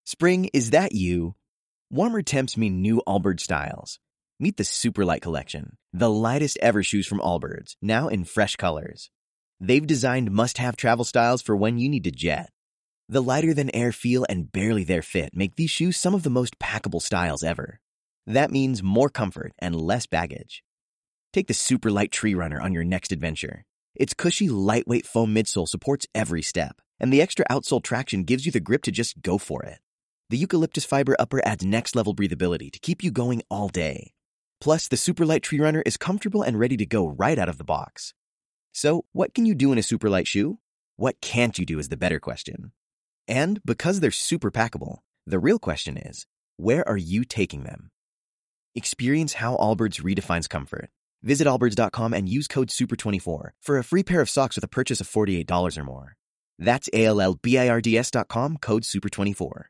Spring, is that you? Warmer temps mean new Allbirds styles. Meet the Superlight Collection, the lightest ever shoes from Allbirds, now in fresh colors. They've designed must-have travel styles for when you need to jet. The lighter-than-air feel and barely-there fit make these shoes some of the most packable styles ever. That means more comfort and less baggage. Take the Superlight Tree Runner on your next adventure. Its cushy, lightweight foam midsole supports every step, and the extra outsole traction gives you the grip to just go for it. The eucalyptus fiber upper adds next-level breathability to keep you going all day. Plus, the Superlight Tree Runner is comfortable and ready to go right out of the box. So, what can you do in a Superlight shoe? What can't you do is the better question. And because they're super packable, the real question is, where are you taking them? Experience how Allbirds redefines comfort. Visit allbirds.com and use code SUPER24 for a free pair of socks with a purchase of $48 or more. That's ALLBIRDS.com, code SUPER24.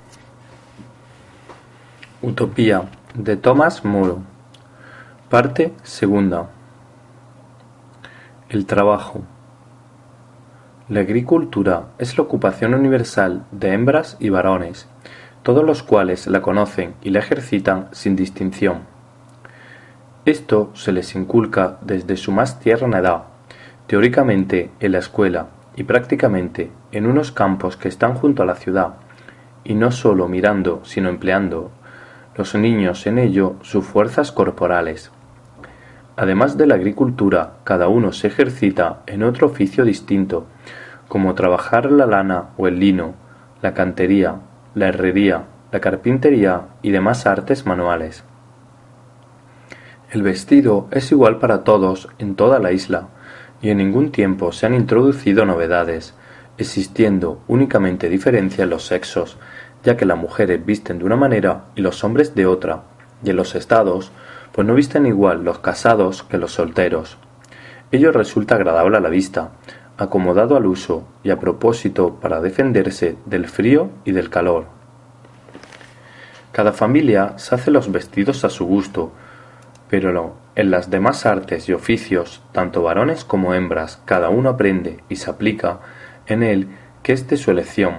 Utopía, de Thomas More. Parte segunda. El trabajo. La agricultura es la ocupación universal de hembras y varones, todos los cuales la conocen y la ejercitan sin distinción. Esto se les inculca desde su más tierna edad, teóricamente en la escuela y prácticamente en unos campos que están junto a la ciudad, y no solo mirando, sino empleando los niños en ello sus fuerzas corporales. Además de la agricultura, cada uno se ejercita en otro oficio distinto, como trabajar la lana o el lino, la cantería, la herrería, la carpintería y demás artes manuales. El vestido es igual para todos en toda la isla, y en ningún tiempo se han introducido novedades, existiendo únicamente diferencia en los sexos, ya que las mujeres visten de una manera y los hombres de otra, y en los estados, pues no visten igual los casados que los solteros. Ello resulta agradable a la vista, acomodado al uso y a propósito para defenderse del frío y del calor. Cada familia se hace los vestidos a su gusto, pero en las demás artes y oficios, tanto varones como hembras, cada uno aprende y se aplica en él que es de su elección.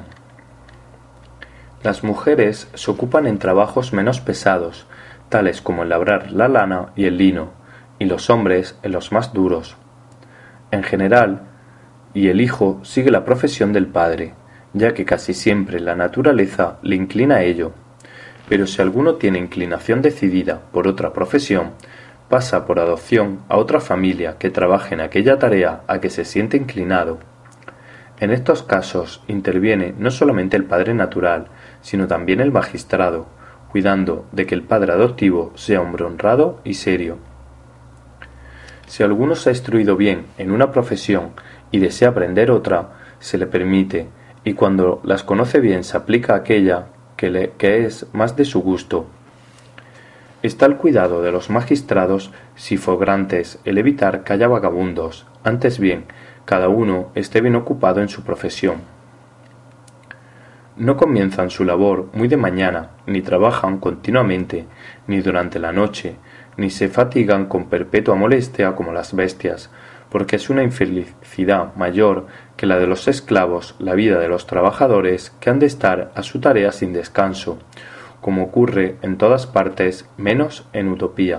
Las mujeres se ocupan en trabajos menos pesados, tales como el labrar la lana y el lino, y los hombres en los más duros. En general, y el hijo sigue la profesión del padre, ya que casi siempre la naturaleza le inclina a ello. Pero si alguno tiene inclinación decidida por otra profesión, pasa por adopción a otra familia que trabaje en aquella tarea a que se siente inclinado. En estos casos interviene no solamente el padre natural, sino también el magistrado, cuidando de que el padre adoptivo sea hombre honrado y serio. Si alguno se ha instruido bien en una profesión y desea aprender otra, se le permite, y cuando las conoce bien se aplica a aquella que es más de su gusto. Está al cuidado de los magistrados sifograntes el evitar que haya vagabundos, antes bien, cada uno esté bien ocupado en su profesión. No comienzan su labor muy de mañana, ni trabajan continuamente, ni durante la noche, ni se fatigan con perpetua molestia como las bestias, porque es una infelicidad mayor que la de los esclavos la vida de los trabajadores que han de estar a su tarea sin descanso, como ocurre en todas partes menos en Utopía.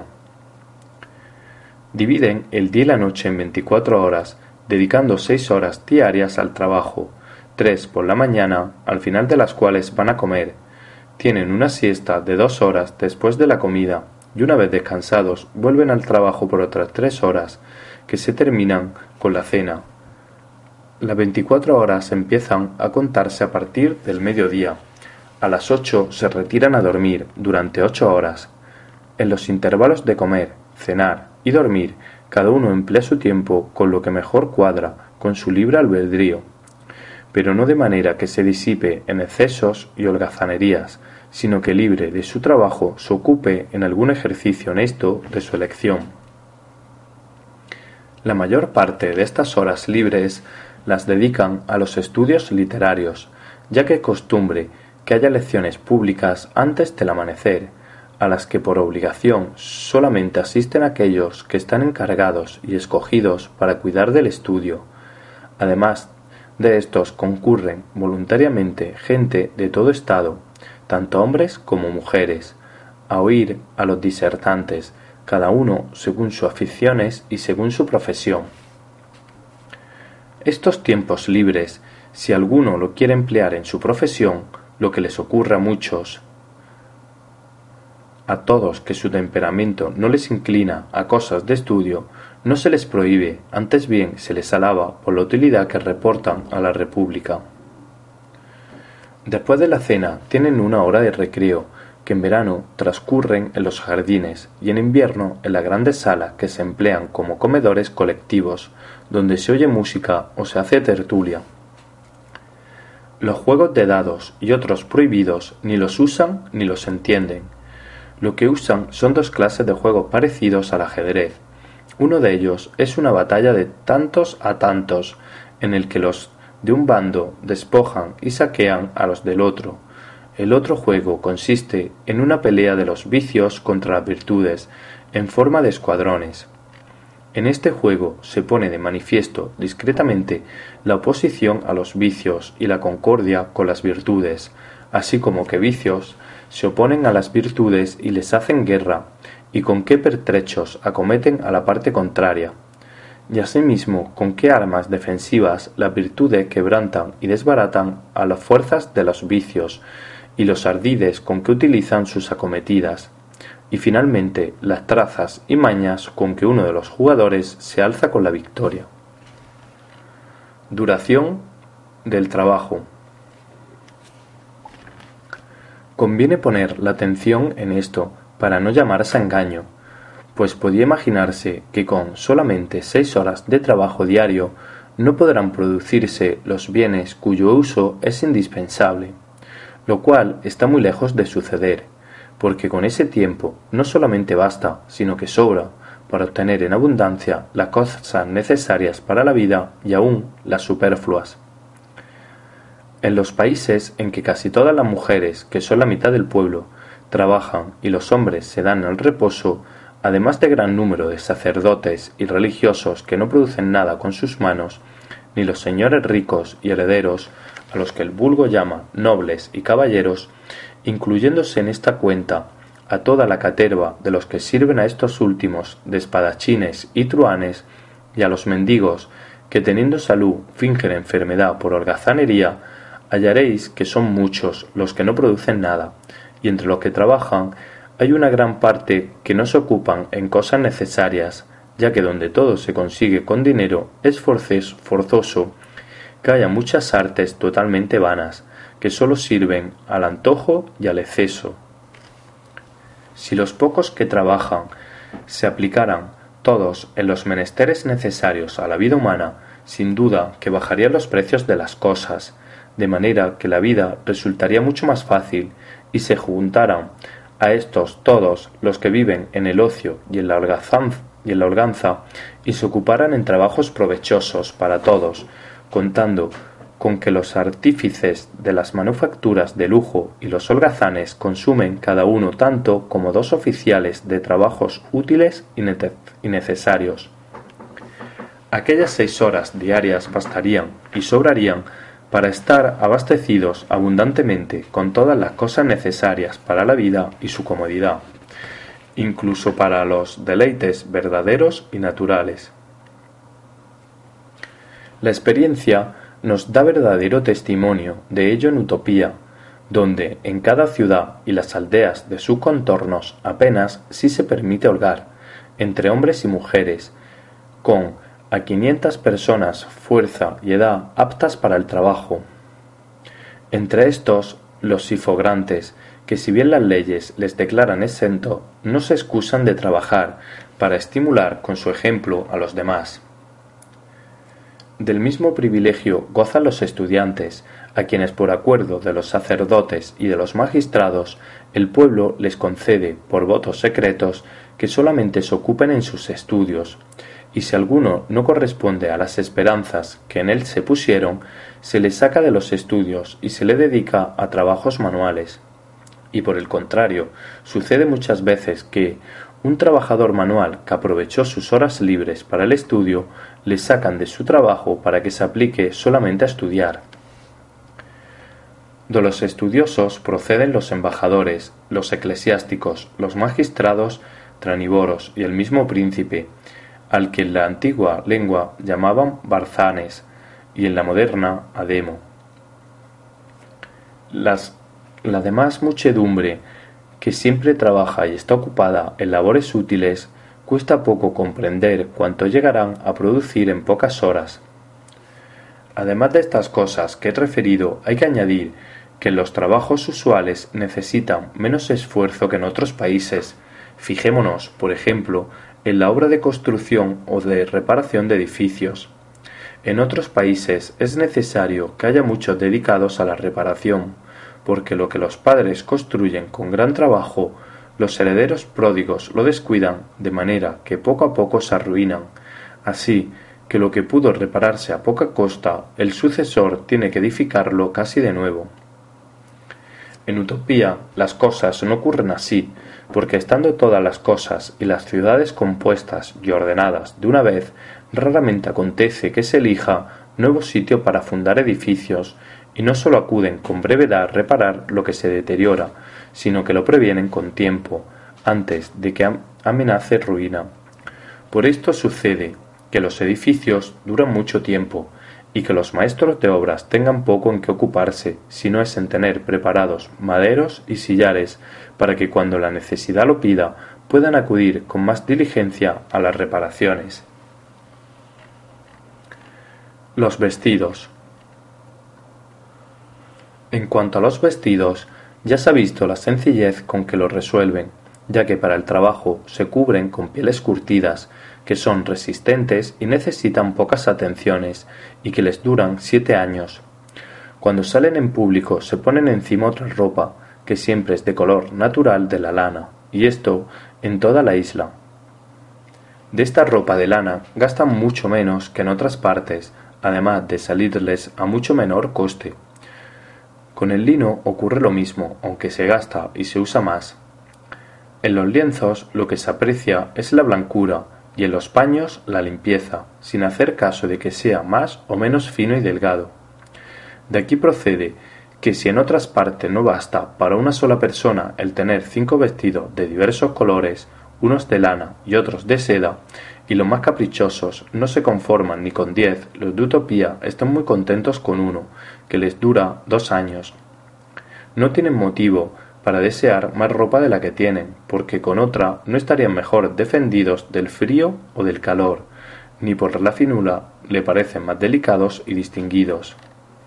Dividen el día y la noche en 24 horas, dedicando 6 horas diarias al trabajo, 3 por la mañana, al final de las cuales van a comer. Tienen una siesta de 2 horas después de la comida, y una vez descansados vuelven al trabajo por otras 3 horas, que se terminan con la cena. Las 24 horas empiezan a contarse a partir del mediodía. A las 8 se retiran a dormir durante 8 horas. En los intervalos de comer, cenar y dormir, cada uno emplea su tiempo con lo que mejor cuadra, con su libre albedrío, pero no de manera que se disipe en excesos y holgazanerías, sino que libre de su trabajo se ocupe en algún ejercicio honesto de su elección. La mayor parte de estas horas libres las dedican a los estudios literarios, ya que es costumbre que haya lecciones públicas antes del amanecer, a las que por obligación solamente asisten aquellos que están encargados y escogidos para cuidar del estudio. Además de estos concurren voluntariamente gente de todo estado, tanto hombres como mujeres, a oír a los disertantes, cada uno según sus aficiones y según su profesión. Estos tiempos libres, si alguno lo quiere emplear en su profesión, lo que les ocurre a muchos, a todos que su temperamento no les inclina a cosas de estudio, no se les prohíbe, antes bien se les alaba por la utilidad que reportan a la República. Después de la cena tienen una hora de recreo, que en verano transcurren en los jardines y en invierno en las grandes salas que se emplean como comedores colectivos, donde se oye música o se hace tertulia. Los juegos de dados y otros prohibidos ni los usan ni los entienden. Lo que usan son dos clases de juegos parecidos al ajedrez. Uno de ellos es una batalla de tantos a tantos, en el que los de un bando despojan y saquean a los del otro. El otro juego consiste en una pelea de los vicios contra las virtudes, en forma de escuadrones. En este juego se pone de manifiesto discretamente la oposición a los vicios y la concordia con las virtudes, así como que vicios se oponen a las virtudes y les hacen guerra, y con qué pertrechos acometen a la parte contraria, y asimismo con qué armas defensivas las virtudes quebrantan y desbaratan a las fuerzas de los vicios, y los ardides con que utilizan sus acometidas, y finalmente las trazas y mañas con que uno de los jugadores se alza con la victoria. Duración del trabajo. Conviene poner la atención en esto para no llamarse a engaño, pues podía imaginarse que con solamente 6 horas de trabajo diario no podrán producirse los bienes cuyo uso es indispensable, lo cual está muy lejos de suceder, porque con ese tiempo no solamente basta, sino que sobra para obtener en abundancia las cosas necesarias para la vida y aun las superfluas. En los países en que casi todas las mujeres, que son la mitad del pueblo, trabajan y los hombres se dan el reposo, además de gran número de sacerdotes y religiosos que no producen nada con sus manos, ni los señores ricos y herederos, a los que el vulgo llama nobles y caballeros, incluyéndose en esta cuenta a toda la caterva de los que sirven a estos últimos de espadachines y truhanes, y a los mendigos que teniendo salud fingen enfermedad por holgazanería, hallaréis que son muchos los que no producen nada, y entre los que trabajan hay una gran parte que no se ocupan en cosas necesarias, ya que donde todo se consigue con dinero es forzoso que haya muchas artes totalmente vanas, que sólo sirven al antojo y al exceso. Si los pocos que trabajan se aplicaran todos en los menesteres necesarios a la vida humana, sin duda que bajarían los precios de las cosas, de manera que la vida resultaría mucho más fácil, y se juntaran a estos todos los que viven en el ocio y en la holganza, y se ocuparan en trabajos provechosos para todos, contando con que los artífices de las manufacturas de lujo y los holgazanes consumen cada uno tanto como 2 oficiales de trabajos útiles y necesarios. Aquellas 6 horas diarias bastarían y sobrarían para estar abastecidos abundantemente con todas las cosas necesarias para la vida y su comodidad, incluso para los deleites verdaderos y naturales. La experiencia nos da verdadero testimonio de ello en Utopía, donde en cada ciudad y las aldeas de sus contornos apenas si se permite holgar, entre hombres y mujeres, con a 500 personas fuerza y edad aptas para el trabajo. Entre estos, los sifograntes, que si bien las leyes les declaran exentos, no se excusan de trabajar para estimular con su ejemplo a los demás. Del mismo privilegio gozan los estudiantes, a quienes por acuerdo de los sacerdotes y de los magistrados, el pueblo les concede, por votos secretos, que solamente se ocupen en sus estudios, y si alguno no corresponde a las esperanzas que en él se pusieron, se le saca de los estudios y se le dedica a trabajos manuales. Y por el contrario, sucede muchas veces que un trabajador manual que aprovechó sus horas libres para el estudio, le sacan de su trabajo para que se aplique solamente a estudiar. De los estudiosos proceden los embajadores, los eclesiásticos, los magistrados, traniboros y el mismo príncipe, al que en la antigua lengua llamaban Barzanes y en la moderna Ademo. La demás muchedumbre, que siempre trabaja y está ocupada en labores útiles, cuesta poco comprender cuánto llegarán a producir en pocas horas. Además de estas cosas que he referido, hay que añadir que los trabajos usuales necesitan menos esfuerzo que en otros países. Fijémonos, por ejemplo, en la obra de construcción o de reparación de edificios. En otros países es necesario que haya muchos dedicados a la reparación, porque lo que los padres construyen con gran trabajo, los herederos pródigos lo descuidan, de manera que poco a poco se arruinan. Así que lo que pudo repararse a poca costa, el sucesor tiene que edificarlo casi de nuevo. En Utopía las cosas no ocurren así, porque estando todas las cosas y las ciudades compuestas y ordenadas de una vez, raramente acontece que se elija nuevo sitio para fundar edificios, y no sólo acuden con brevedad a reparar lo que se deteriora, sino que lo previenen con tiempo, antes de que amenace ruina. Por esto sucede que los edificios duran mucho tiempo, y que los maestros de obras tengan poco en qué ocuparse, si no es en tener preparados maderos y sillares, para que cuando la necesidad lo pida, puedan acudir con más diligencia a las reparaciones. Los vestidos. En cuanto a los vestidos, ya se ha visto la sencillez con que los resuelven, ya que para el trabajo se cubren con pieles curtidas, que son resistentes y necesitan pocas atenciones, y que les duran 7 años. Cuando salen en público se ponen encima otra ropa, que siempre es de color natural de la lana, y esto en toda la isla. De esta ropa de lana gastan mucho menos que en otras partes, además de salirles a mucho menor coste. Con el lino ocurre lo mismo, aunque se gasta y se usa más. En los lienzos lo que se aprecia es la blancura, y en los paños la limpieza, sin hacer caso de que sea más o menos fino y delgado. De aquí procede que si en otras partes no basta para una sola persona el tener 5 vestidos de diversos colores, unos de lana y otros de seda, y los más caprichosos no se conforman ni con 10, los de Utopía están muy contentos con uno, que les dura 2 años. No tienen motivo para desear más ropa de la que tienen, porque con otra no estarían mejor defendidos del frío o del calor, ni por la finura le parecen más delicados y distinguidos.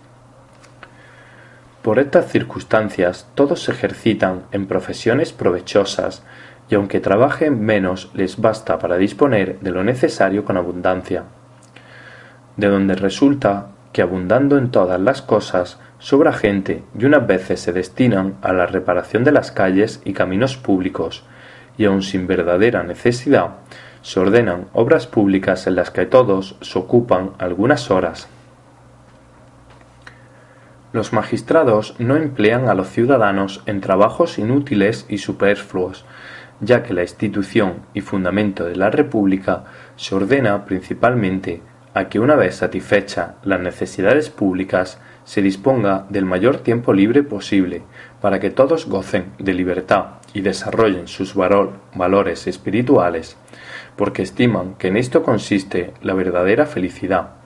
Por estas circunstancias todos se ejercitan en profesiones provechosas, y aunque trabajen menos les basta para disponer de lo necesario con abundancia. De donde resulta que abundando en todas las cosas, sobra gente y unas veces se destinan a la reparación de las calles y caminos públicos, y aun sin verdadera necesidad, se ordenan obras públicas en las que todos se ocupan algunas horas. Los magistrados no emplean a los ciudadanos en trabajos inútiles y superfluos, ya que la institución y fundamento de la República se ordena principalmente a que una vez satisfechas las necesidades públicas se disponga del mayor tiempo libre posible para que todos gocen de libertad y desarrollen sus valores espirituales, porque estiman que en esto consiste la verdadera felicidad.